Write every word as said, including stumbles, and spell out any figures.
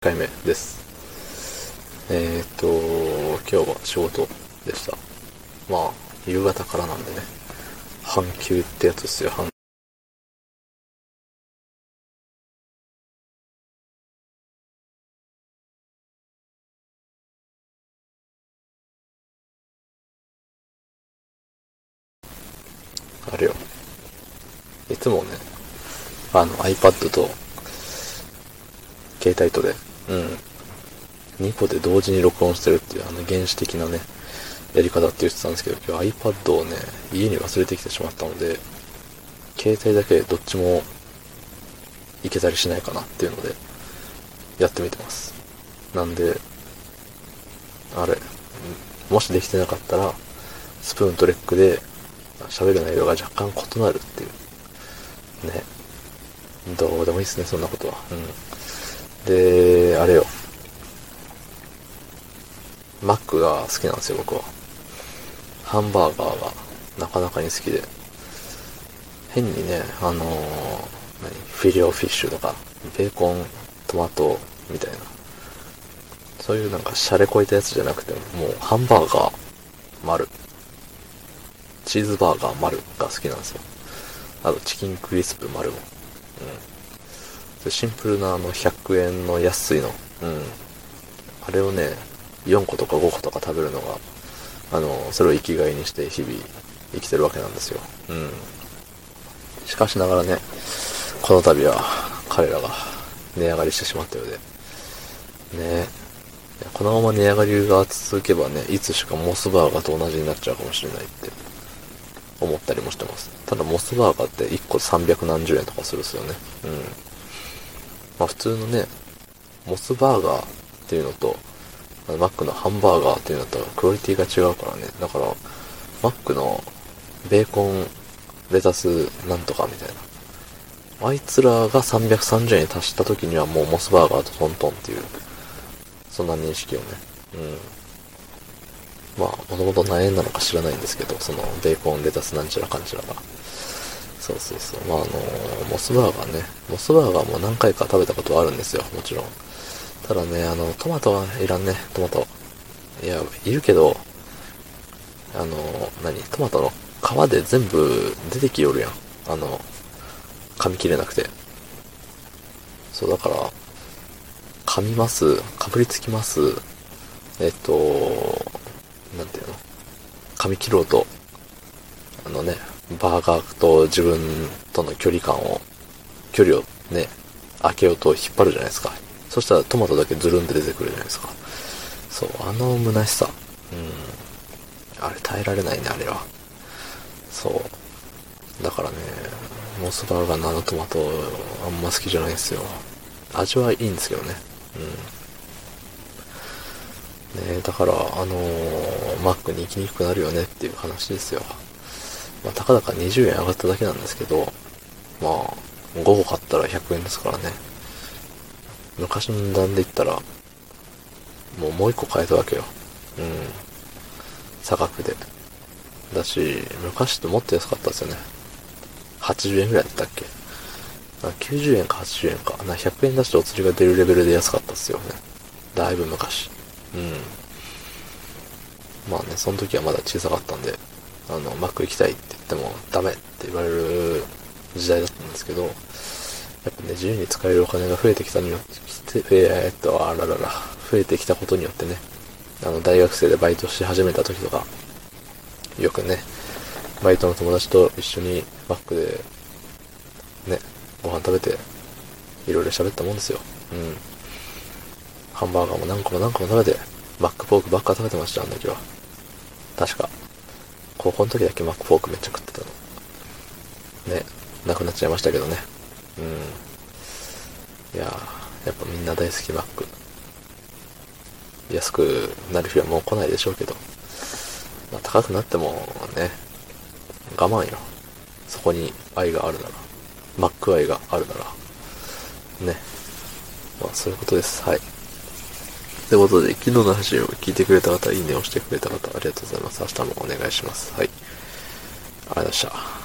かいめです。えーっと、今日は仕事でした。まあ、夕方からなんでね。半休ってやつですよ、半あれよ。いつもね、あの iPad と携帯とで、うん、にこで同時に録音してるっていうあの原始的なね、やり方って言ってたんですけど、今日 iPad をね、家に忘れてきてしまったので、携帯だけどっちもいけたりしないかなっていうので、やってみてます。なんで、あれ、もしできてなかったら、スプーンとレックで喋る内容が若干異なるっていう。ね。どうでもいいっすね、そんなことは。うん。で、あれよ。Mac が好きなんですよ、僕は。ハンバーガーがなかなかに好きで。変にね、あのー、何フィレオフィッシュとか、ベーコン、トマトみたいな。そういうなんかシャレこいたやつじゃなくて、もうハンバーガー丸。チーズバーガー丸が好きなんですよ。あとチキンクリスプ丸も。うん。シンプルなあのひゃくえんの安いの。うん。あれをね、よんことかごことか食べるのが、あの、それを生きがいにして日々生きてるわけなんですよ。うん。しかしながらね、この度は彼らが値上がりしてしまったようで。ね。このまま値上がりが続けばね、いつしかモスバーガーと同じになっちゃうかもしれないって思ったりもしてます。ただモスバーガーっていっこさんびゃくなんじゅうえんとかするっすよね。うん。まあ普通のね、モスバーガーっていうのと、マックのハンバーガーっていうのとクオリティが違うからね。だから、マックのベーコン、レタス、なんとかみたいな。あいつらがさんびゃくさんじゅうえんに達した時にはもうモスバーガーとトントンっていう、そんな認識をね。うん。まあ、もともと何円なのか知らないんですけど、その、ベーコン、レタス、なんちゃらかんちゃらが。そうそうそう。まあ、あのー、モスバーガーね。モスバーガーも何回か食べたことはあるんですよ、もちろん。ただね、あの、トマトはいらんね、トマト。いや、いるけど、あの、何トマトの皮で全部出てきよるやん。あの、噛み切れなくて。そう、だから、噛みます、かぶりつきます、えっと、なんていうの噛み切ろうと、あのね、バーガーと自分との距離感を、距離をね、開けようと引っ張るじゃないですか。そしたらトマトだけズルンって出てくるじゃないですか。そう、あの虚しさ。うん。あれ耐えられないね、あれは。そう。だからね、モスバーガーのあのトマト、あんま好きじゃないんですよ。味はいいんですけどね。うん。ねだから、あのー、マックに行きにくくなるよねっていう話ですよ。まあ、たかだかにじゅうえん上がっただけなんですけど、まあ、ごこ買ったらひゃくえんですからね。昔の値段で言ったら、もうもういっこ買えたわけよ。うん。差額で。だし、昔ってもっと安かったですよね。はちじゅうえんぐらいだったっけ？きゅうじゅうえんかはちじゅうえんか。なひゃくえん出してお釣りが出るレベルで安かったっすよね。だいぶ昔。うん。まあね、その時はまだ小さかったんで、あの、マック行きたいって言ってもダメって言われる時代だったんですけど、やっぱね、自由に使えるお金が増えてきたによって、えー、っと、あららら、増えてきたことによってね、あの、大学生でバイトし始めた時とか、よくね、バイトの友達と一緒にマックで、ね、ご飯食べて、いろいろ喋ったもんですよ。うん。ハンバーガーも何個も何個も食べて、マックポークばっか食べてました、あの時は。確か。高校の時だけマックポークめっちゃ食ってたの。ね、なくなっちゃいましたけどね。うん。いやー、やっぱみんな大好きマック。安くなる日はもう来ないでしょうけど。まあ高くなってもね、我慢よ。そこに愛があるなら。マック愛があるなら。ね。まあそういうことです。はい。ということで、昨日の配信を聞いてくれた方、いいねをしてくれた方、ありがとうございます。明日もお願いします。はい。ありがとうございました。